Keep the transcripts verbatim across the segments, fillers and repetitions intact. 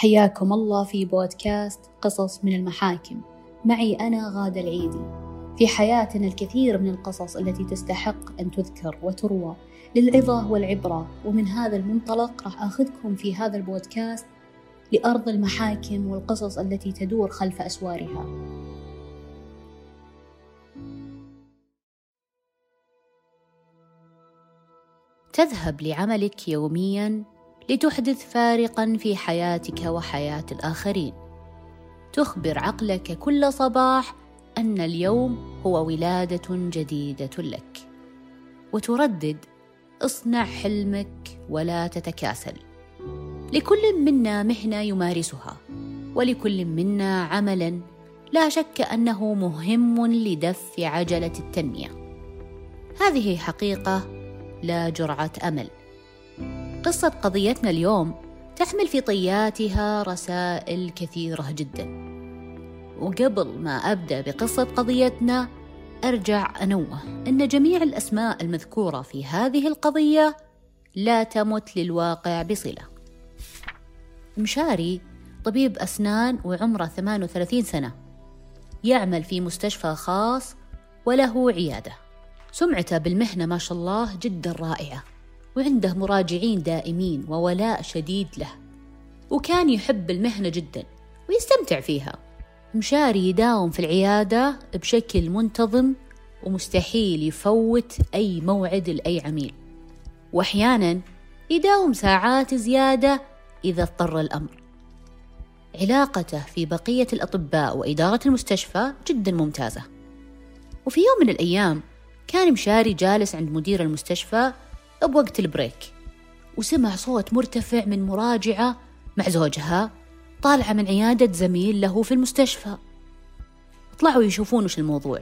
حياكم الله في بودكاست قصص من المحاكم. معي أنا غادة العيدي. في حياتنا الكثير من القصص التي تستحق أن تذكر وتروى للعظة والعبرة، ومن هذا المنطلق راح أخذكم في هذا البودكاست لأرض المحاكم والقصص التي تدور خلف أسوارها. تذهب لعملك يومياً لتحدث فارقاً في حياتك وحياة الآخرين. تخبر عقلك كل صباح أن اليوم هو ولادة جديدة لك، وتردد: اصنع حلمك ولا تتكاسل. لكل منا مهنة يمارسها، ولكل منا عملاً لا شك أنه مهم لدف عجلة التنمية. هذه حقيقة لا جرعة أمل. قصة قضيتنا اليوم تحمل في طياتها رسائل كثيرة جدا، وقبل ما أبدأ بقصة قضيتنا أرجع أنوه أن جميع الأسماء المذكورة في هذه القضية لا تمت للواقع بصلة. مشاري طبيب أسنان وعمره ثمانية وثلاثين سنة، يعمل في مستشفى خاص وله عيادة. سمعته بالمهنة ما شاء الله جدا رائعة، وعنده مراجعين دائمين وولاء شديد له، وكان يحب المهنة جدا ويستمتع فيها. مشاري يداوم في العيادة بشكل منتظم، ومستحيل يفوت أي موعد لأي عميل، وأحيانا يداوم ساعات زيادة إذا اضطر الأمر. علاقته في بقية الأطباء وإدارة المستشفى جدا ممتازة. وفي يوم من الأيام كان مشاري جالس عند مدير المستشفى بوقت البريك، وسمع صوت مرتفع من مراجعة مع زوجها طالعة من عيادة زميل له في المستشفى. طلعوا يشوفون وش الموضوع.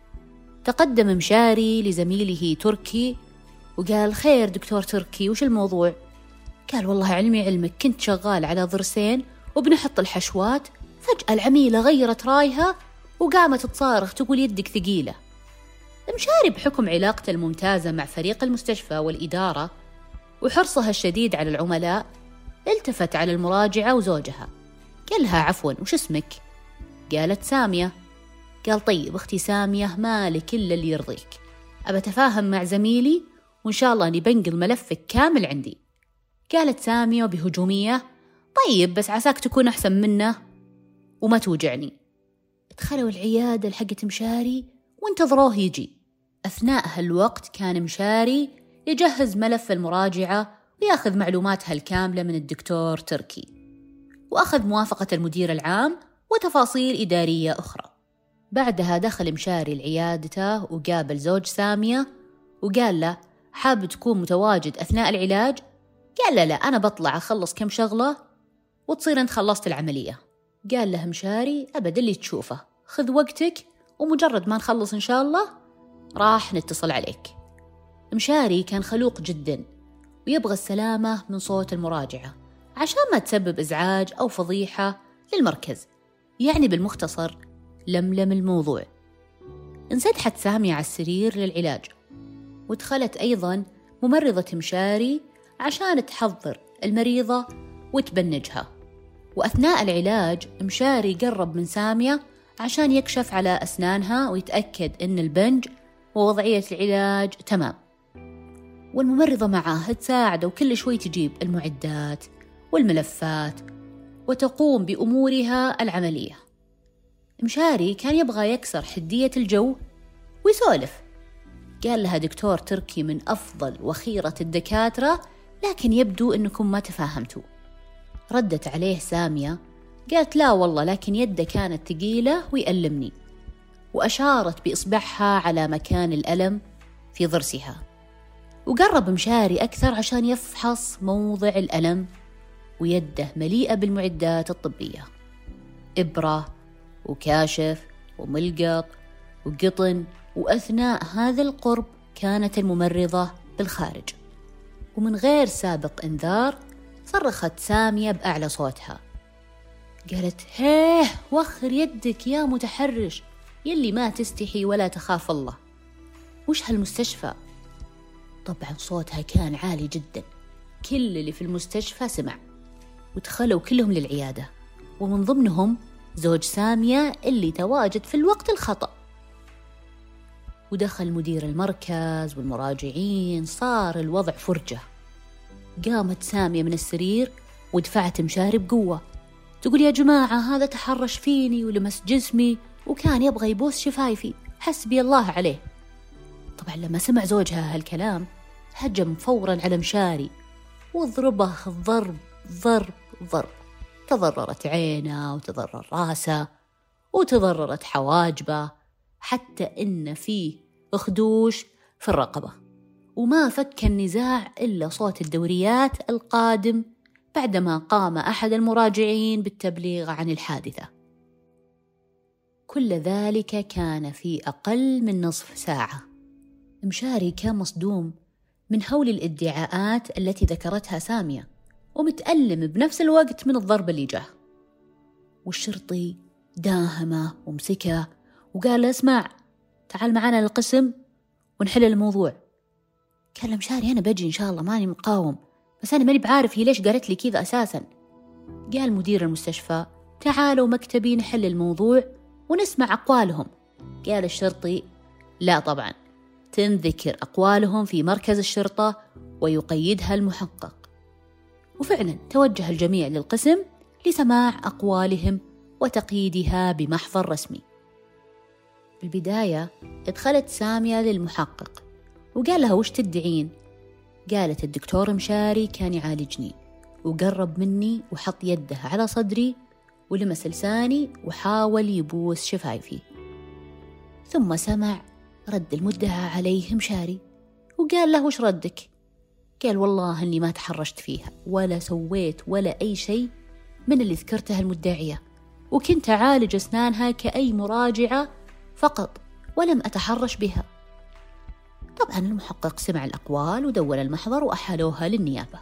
تقدم مشاري لزميله تركي وقال: خير دكتور تركي، وش الموضوع؟ قال: والله علمي علمك، كنت شغال على ضرسين وبنحط الحشوات، فجأة العميلة غيرت رايها وقامت تصارخ تقول يدك ثقيلة. مشاري بحكم علاقته الممتازة مع فريق المستشفى والإدارة وحرصها الشديد على العملاء التفت على المراجعة وزوجها، قال لها: عفوا، وش اسمك؟ قالت: سامية. قال: طيب أختي سامية، مالك إلا اللي يرضيك، أبى أتفاهم مع زميلي وإن شاء الله أني بنقل ملفك كامل عندي. قالت سامية بهجومية: طيب بس عساك تكون أحسن منه وما توجعني. دخلوا العيادة لحقت مشاري وانتظروه يجي. أثناء هالوقت كان مشاري يجهز ملف المراجعة ويأخذ معلوماتها الكاملة من الدكتور تركي، وأخذ موافقة المدير العام وتفاصيل إدارية أخرى. بعدها دخل مشاري لعيادته وقابل زوج سامية وقال له: حاب تكون متواجد أثناء العلاج؟ قال له: لا، أنا بطلع أخلص كم شغلة وتصير أنت خلصت العملية. قال له مشاري: أبدا اللي تشوفه، خذ وقتك، ومجرد ما نخلص إن شاء الله راح نتصل عليك. مشاري كان خلوق جدا ويبغى السلامة من صوت المراجعة عشان ما تسبب إزعاج أو فضيحة للمركز، يعني بالمختصر لملم الموضوع. انسدحت سامية على السرير للعلاج، ودخلت أيضا ممرضة مشاري عشان تحضر المريضة وتبنجها. وأثناء العلاج مشاري قرب من سامية عشان يكشف على أسنانها ويتأكد أن البنج ووضعية العلاج تمام، والممرضة معاه تساعده وكل شوي تجيب المعدات والملفات وتقوم بأمورها العملية. مشاري كان يبغى يكسر حدية الجو ويسولف. قال لها: دكتور تركي من أفضل وخيرة الدكاترة، لكن يبدو أنكم ما تفاهمتوا. ردت عليه سامية قالت: لا والله، لكن يده كانت ثقيلة ويألمني، وأشارت بإصبعها على مكان الألم في ضرسها. وقرب مشاري أكثر عشان يفحص موضع الألم، ويده مليئة بالمعدات الطبية: إبرة وكاشف وملقط وقطن. وأثناء هذا القرب كانت الممرضة بالخارج، ومن غير سابق إنذار صرخت سامية بأعلى صوتها، قالت: هيه، وخر يدك يا متحرش، يلي ما تستحي ولا تخاف الله، وش هالمستشفى؟ طبعا صوتها كان عالي جدا، كل اللي في المستشفى سمع. ودخلوا كلهم للعيادة، ومن ضمنهم زوج سامية اللي تواجد في الوقت الخطأ. ودخل مدير المركز والمراجعين، صار الوضع فرجة. قامت سامية من السرير ودفعت مشاري بقوة، تقول يا جماعة هذا تحرش فيني ولمس جسمي وكان يبغى يبوس شفايفي، حسبي الله عليه. طبعا لما سمع زوجها هالكلام هجم فورا على مشاري وضربه ضرب ضرب ضرب، تضررت عينه وتضرر راسه وتضررت حواجبه، حتى إن فيه خدوش في الرقبة. وما فك النزاع إلا صوت الدوريات القادم بعدما قام أحد المراجعين بالتبليغ عن الحادثة. كل ذلك كان في أقل من نصف ساعة. مشاري كان مصدوم من هول الادعاءات التي ذكرتها سامية، ومتألم بنفس الوقت من الضرب اللي جاه. والشرطي داهمه ومسكه وقال له اسمع، تعال معنا للقسم ونحل الموضوع. قال له مشاري أنا بجي إن شاء الله، ماني مقاوم، بس أنا ماني بعارف هي ليش قالت لي كذا أساسا. قال مدير المستشفى تعالوا مكتبي نحل الموضوع ونسمع أقوالهم. قال الشرطي لا طبعا، تنذكر أقوالهم في مركز الشرطة ويقيدها المحقق. وفعلا توجه الجميع للقسم لسماع أقوالهم وتقييدها بمحضر رسمي. في البداية ادخلت سامية للمحقق وقال لها وش تدعين؟ قالت الدكتور مشاري كان يعالجني وقرب مني وحط يده على صدري ولمس لساني وحاول يبوس شفايفي. ثم سمع رد المدعى عليه مشاري وقال له وش ردك؟ قال والله أني ما تحرشت فيها ولا سويت ولا أي شيء من اللي ذكرته المدعية، وكنت أعالج أسنانها كأي مراجعة فقط ولم أتحرش بها. طبعا المحقق سمع الأقوال ودون المحضر وأحالوها للنيابة.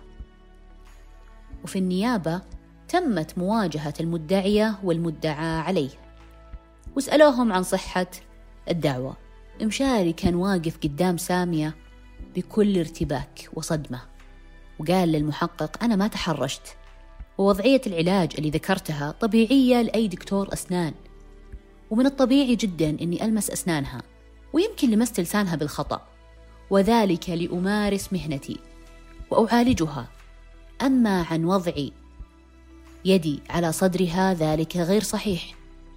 وفي النيابة تمت مواجهة المدعية والمدعى عليه وسألوهم عن صحة الدعوة. مشاري كان واقف قدام سامية بكل ارتباك وصدمة، وقال للمحقق أنا ما تحرشت، ووضعية العلاج اللي ذكرتها طبيعية لأي دكتور أسنان، ومن الطبيعي جدا أني ألمس أسنانها ويمكن لمست لسانها بالخطأ، وذلك لأمارس مهنتي وأعالجها. أما عن وضعي يدي على صدرها ذلك غير صحيح.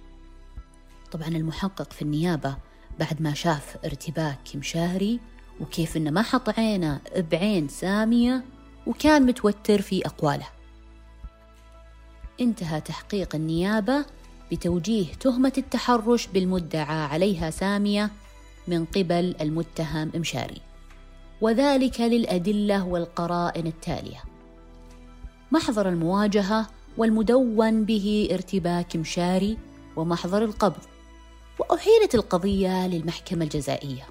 طبعا المحقق في النيابة بعد ما شاف ارتباك مشاري وكيف إنه ما حط عينه بعين سامية وكان متوتر في أقواله، انتهى تحقيق النيابة بتوجيه تهمة التحرش بالمدعى عليها سامية من قبل المتهم مشاري، وذلك للأدلة والقرائن التالية: محضر المواجهة والمدون به ارتباك مشاري ومحضر القبض، وأحيلت القضية للمحكمة الجزائية.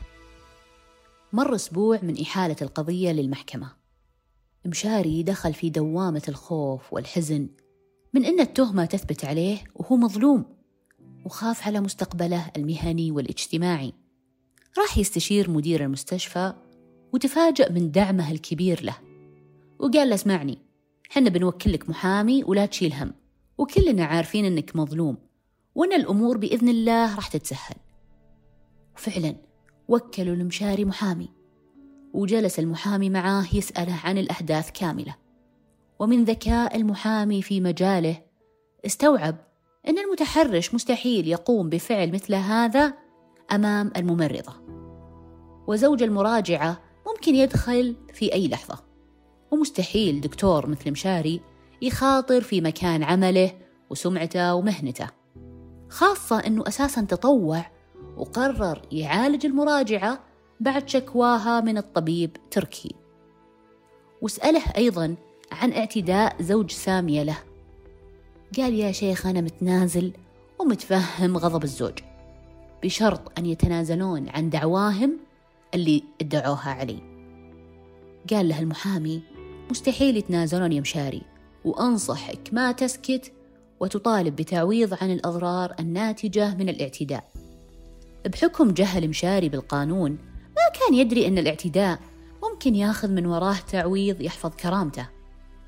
مر أسبوع من إحالة القضية للمحكمة. مشاري دخل في دوامة الخوف والحزن من أن التهمة تثبت عليه وهو مظلوم، وخاف على مستقبله المهني والاجتماعي. راح يستشير مدير المستشفى وتفاجأ من دعمه الكبير له، وقال له اسمعني، حنا بنوكلك محامي ولا تشيل هم، وكلنا عارفين أنك مظلوم وأن الأمور بإذن الله راح تتسهل. وفعلا وكلوا المشاري محامي، وجلس المحامي معاه يسأله عن الأحداث كاملة. ومن ذكاء المحامي في مجاله استوعب أن المتحرش مستحيل يقوم بفعل مثل هذا أمام الممرضة، وزوج المراجعة ممكن يدخل في أي لحظة، ومستحيل دكتور مثل مشاري يخاطر في مكان عمله وسمعته ومهنته، خاصة أنه أساساً تطوع وقرر يعالج المراجعة بعد شكواها من الطبيب تركي. وسأله أيضاً عن اعتداء زوج سامية له. قال يا شيخ أنا متنازل ومتفهم غضب الزوج، بشرط أن يتنازلون عن دعواهم اللي ادعوها علي. قال له المحامي مستحيل يتنازلون يا مشاري، وأنصحك ما تسكت وتطالب بتعويض عن الأضرار الناتجة من الاعتداء. بحكم جهل مشاري بالقانون ما كان يدري أن الاعتداء ممكن ياخذ من وراه تعويض يحفظ كرامته.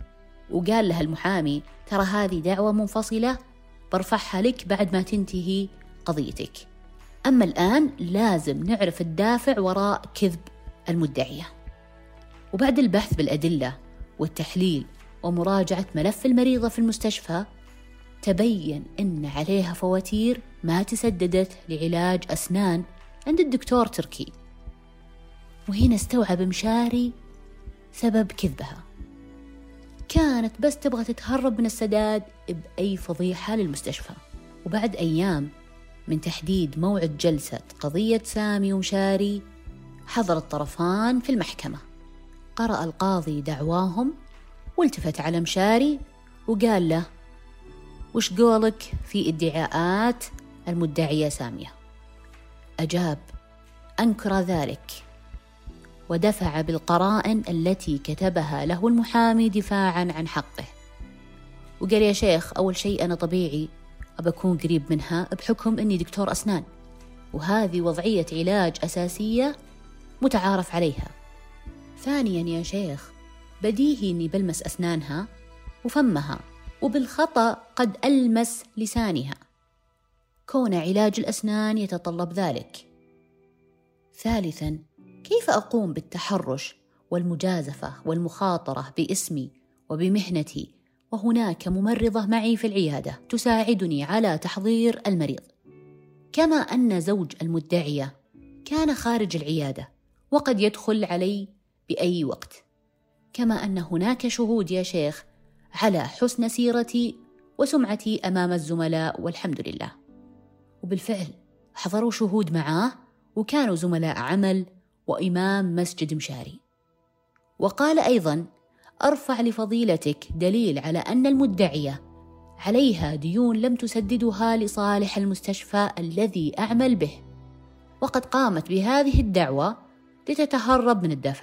وقال لها المحامي ترى هذه دعوة منفصلة برفعها لك بعد ما تنتهي قضيتك، أما الآن لازم نعرف الدافع وراء كذب المدعية. وبعد البحث بالأدلة والتحليل ومراجعة ملف المريضة في المستشفى، تبين أن عليها فواتير ما تسددت لعلاج أسنان عند الدكتور تركي. وهنا استوعب مشاري سبب كذبها، كانت بس تبغى تتهرب من السداد بأي فضيحة للمستشفى. وبعد أيام من تحديد موعد جلسة قضية سامي ومشاري، حضر الطرفان في المحكمة. قرأ القاضي دعواهم والتفت على مشاري وقال له: وش قولك في ادعاءات المدعية سامية؟ أجاب: أنكر ذلك، ودفع بالقرائن التي كتبها له المحامي دفاعا عن حقه. وقال: يا شيخ، أول شيء أنا طبيعي أبى أكون قريب منها بحكم أني دكتور أسنان، وهذه وضعية علاج أساسية متعارف عليها. ثانيا يا شيخ، بديهي أني بلمس أسنانها وفمها، وبالخطأ قد ألمس لسانها، كون علاج الأسنان يتطلب ذلك. ثالثا، كيف أقوم بالتحرش والمجازفة والمخاطرة باسمي وبمهنتي وهناك ممرضة معي في العيادة تساعدني على تحضير المريض، كما أن زوج المدعية كان خارج العيادة وقد يدخل علي بأي وقت، كما أن هناك شهود يا شيخ على حسن سيرتي وسمعتي أمام الزملاء والحمد لله. وبالفعل حضروا شهود معاه وكانوا زملاء عمل وإمام مسجد مشاري. وقال أيضا: أرفع لفضيلتك دليل على أن المدعية عليها ديون لم تسددها لصالح المستشفى الذي أعمل به، وقد قامت بهذه الدعوة لتتهرب من الدفع.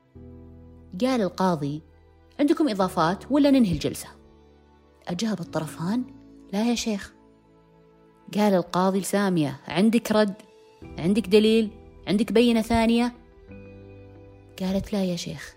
قال القاضي: عندكم إضافات ولا ننهي الجلسة؟ أجاب الطرفان: لا يا شيخ. قال القاضي لسامية: عندك رد؟ عندك دليل؟ عندك بينة ثانية؟ قالت: لا يا شيخ.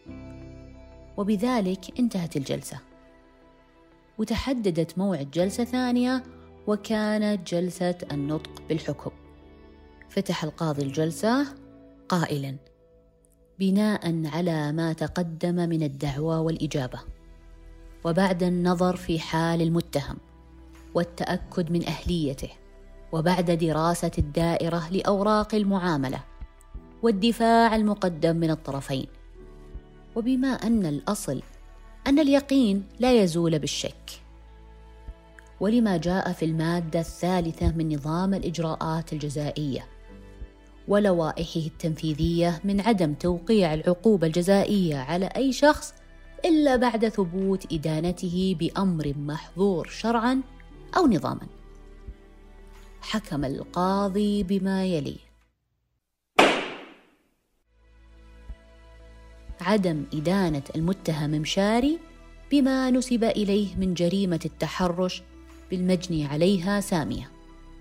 وبذلك انتهت الجلسة، وتحددت موعد جلسة ثانية، وكانت جلسة النطق بالحكم. فتح القاضي الجلسة قائلا: بناء على ما تقدم من الدعوى والإجابة، وبعد النظر في حال المتهم والتأكد من أهليته، وبعد دراسة الدائرة لأوراق المعاملة والدفاع المقدم من الطرفين، وبما أن الأصل أن اليقين لا يزول بالشك، ولما جاء في المادة الثالثة من نظام الإجراءات الجزائية ولوائحه التنفيذية من عدم توقيع العقوبة الجزائية على أي شخص إلا بعد ثبوت إدانته بأمر محظور شرعا أو نظاما، حكم القاضي بما يلي: عدم إدانة المتهم مشاري بما نسب إليه من جريمة التحرش بالمجني عليها سامية.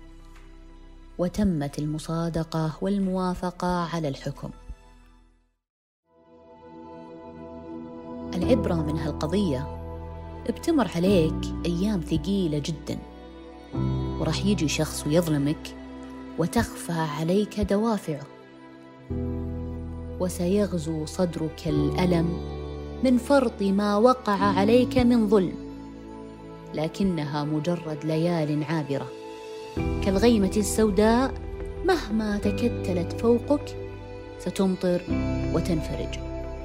وتمت المصادقة والموافقة على الحكم. العبرة من هالقضية: بتمر عليك أيام ثقيلة جدا، وراح يجي شخص ويظلمك وتخفى عليك دوافعه، وسيغزو صدرك الألم من فرط ما وقع عليك من ظلم، لكنها مجرد ليال عابرة كالغيمة السوداء، مهما تكتلت فوقك ستمطر وتنفرج.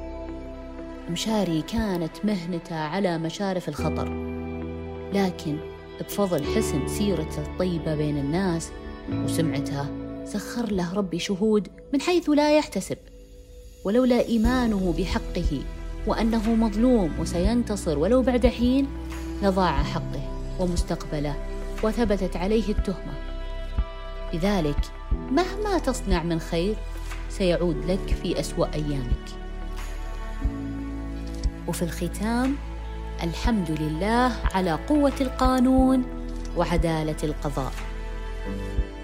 مشاري كانت مهنته على مشارف الخطر، لكن بفضل حسن سيرته الطيبة بين الناس وسمعته سخر له ربي شهود من حيث لا يحتسب، ولولا إيمانه بحقه وأنه مظلوم وسينتصر ولو بعد حين لضاع حقه ومستقبله وثبتت عليه التهمة. لذلك مهما تصنع من خير سيعود لك في أسوأ أيامك. وفي الختام، الحمد لله على قوة القانون وعدالة القضاء.